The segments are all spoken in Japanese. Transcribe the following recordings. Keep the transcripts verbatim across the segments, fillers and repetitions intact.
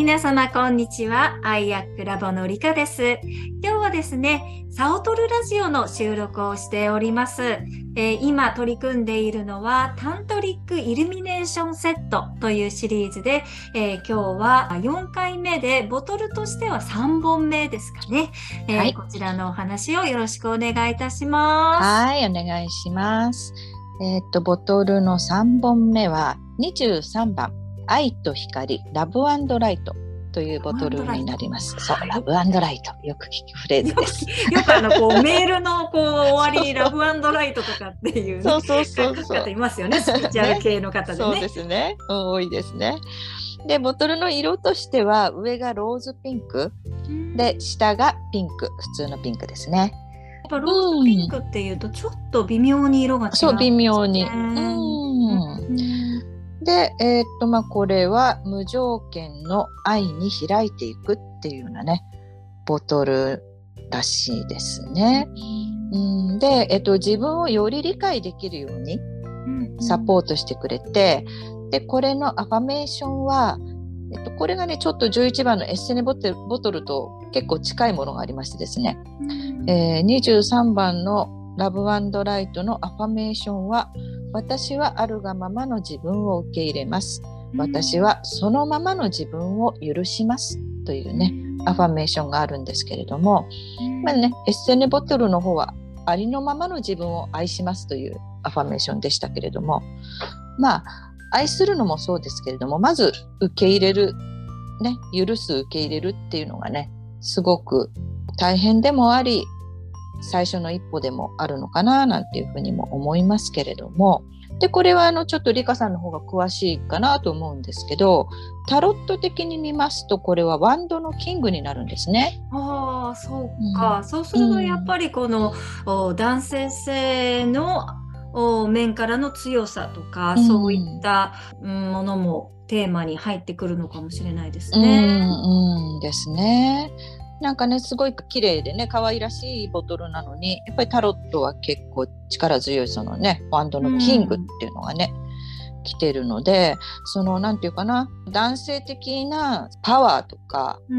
皆様こんにちは。アイアックラボのりかです。今日はですね、サオトルラジオの収録をしております。えー、今取り組んでいるのはタントリックイルミネーションセットというシリーズで、えー、今日はよんかいめでボトルとしてはさんぼんめですかね。えーはい、こちらのお話をよろしくお願いいたします。 はい、お願いします。えっとボトルのさんぼんめはにじゅうさんばん愛と光ラブ&ライトというボトルになります。そう、ラブ&ライト、よく聞くフレーズです。 よくあのこうメールのこう終わりにラブ&ライトとかっていう、ね、 そうそうそうそう方いますよね。スピリチュアル系の方でね。 そうですね、うん、多いですね。でボトルの色としては上がローズピンクで下がピンク、普通のピンクですね。 やっぱローズピンクっていうとちょっと微妙に色が違うんですね。 そう、微妙に。うんうんで、えーっとまあ、これは無条件の愛に開いていくっていうようなねボトルらしいですね。うんで、えーっと、自分をより理解できるようにサポートしてくれて、でこれのアファメーションは、えーっと、これがねちょっとじゅういちばんのエッセネボトル、ボトルと結構近いものがありましてですね、えー、にじゅうさんばんのラブ&ライトのアファメーションは、私はあるがままの自分を受け入れます。私はそのままの自分を許しますというね、アファメーションがあるんですけれども、まあね、エッセネボトルの方はありのままの自分を愛しますというアファメーションでしたけれども、まあ愛するのもそうですけれども、まず受け入れる、ね、許す、受け入れるっていうのがね、すごく大変でもあり、最初の一歩でもあるのかななんていうふうにも思いますけれども、でこれはあのちょっとリカさんの方が詳しいかなと思うんですけど、タロット的に見ますとこれはワンドのキングになるんですね。 ああ、そうか、うん、そうするとやっぱりこの、うん、男性性の面からの強さとか、うん、そういったものもテーマに入ってくるのかもしれないですね。 うん、うんですね。なんかねすごい綺麗でね可愛らしいボトルなのに、やっぱりタロットは結構力強いそのねワンドのキングっていうのがね、うん、来てるので、そのなんていうかな、男性的なパワーとか、うん、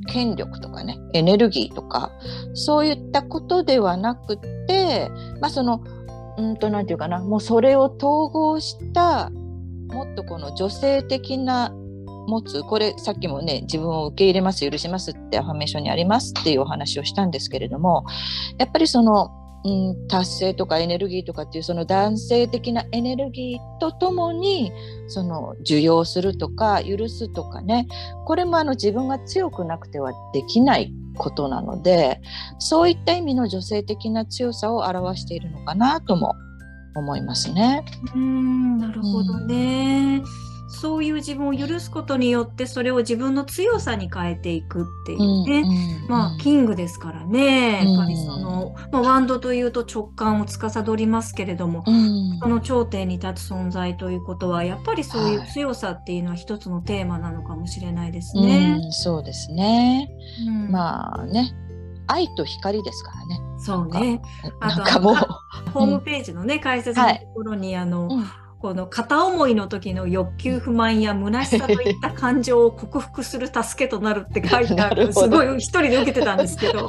権力とかねエネルギーとかそういったことではなくて、まあそのうんとなんていうかな、もうそれを統合したもっとこの女性的な持つ、これさっきもね自分を受け入れます、許しますってアファメーションにありますっていうお話をしたんですけれども、やっぱりその、うん、達成とかエネルギーとかっていうその男性的なエネルギーとともにその受容するとか許すとかね、これもあの自分が強くなくてはできないことなので、そういった意味の女性的な強さを表しているのかなとも思いますね。 うーん、なるほどね、うん、そういう自分を許すことによってそれを自分の強さに変えていくっていうね、うんうん、まあキングですからね、やっぱりその、まあ、ワンドというと直感を司りますけれども、うん、その頂点に立つ存在ということはやっぱりそういう強さっていうのは一つのテーマなのかもしれないですね、 うん、そうですね、うん、まあね愛と光ですからね。 そうね。 あとなんかもうホームページのね、うん、解説のところに、はい、あの、うん、この片思いの時の欲求不満や虚しさといった感情を克服する助けとなるって書いてある。すごい一人で受けてたんですけど。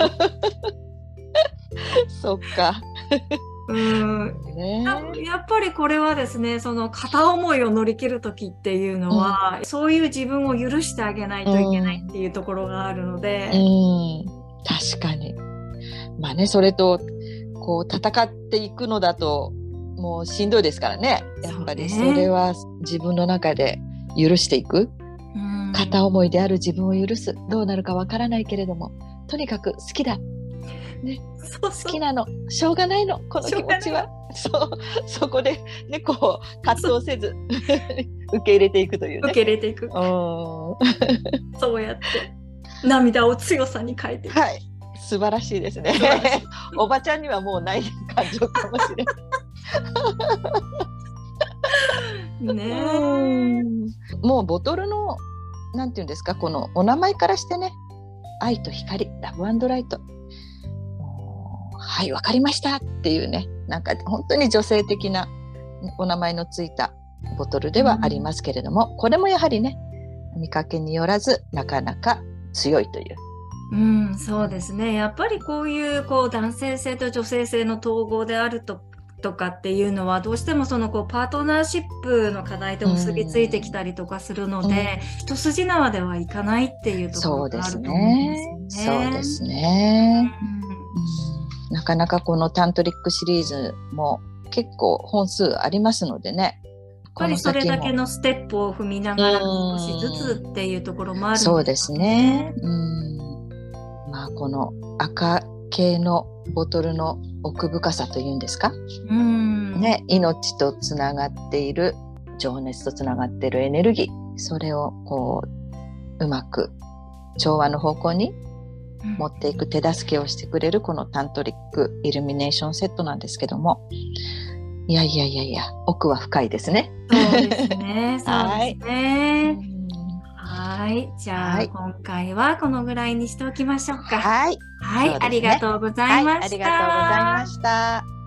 そっか。 うんね、やっぱりこれはですね、その片思いを乗り切る時っていうのは、うん、そういう自分を許してあげないといけないっていうところがあるので、 うんうん、確かに。まあね、それとこう戦っていくのだともうしんどいですからね。やっぱりそれは自分の中で許していく、うん、片思いである自分を許す、どうなるかわからないけれどもとにかく好きだ、ね、そうそう好きなの、しょうがないのこの気持ちは、そうそこで、ね、こう葛藤せず受け入れていくというね、 受け入れていくそうやって涙を強さに変えていく、 はい、素晴らしいですね。おばちゃんにはもうない感情かもしれないねえ、もうボトルのなんていうんですか、このお名前からしてね、愛と光ラブ&ライト、はいわかりましたっていうね、なんか本当に女性的なお名前のついたボトルではありますけれども、うん、これもやはりね、う見かけによらずなかなか強いという。 うん、そうですね。やっぱりこういう、こう男性性と女性性の統合であると、とかっていうのはどうしてもそのこうパートナーシップの課題と結びついてきたりとかするので、うん、一筋縄ではいかないっていうところがあると思うんですよね。 そうですね。うん、なかなかこのタントリックシリーズも結構本数ありますのでね。 やっぱりそれだけのステップを踏みながら少しずつっていうところもあるんですよね。 そうですね。うん、まあこの赤系のボトルの奥深さというんですか、うんね、命とつながっている情熱とつながっているエネルギー、それをこううまく調和の方向に持っていく手助けをしてくれるこのタントリックイルミネーションセットなんですけども、いやいやいやいや奥は深いですね。 そうですね。そうですね。はい。じゃあ、はい、今回はこのぐらいにしておきましょうか。 はい。 はい、ね、ありがとうございました。 はい、ありがとうございました。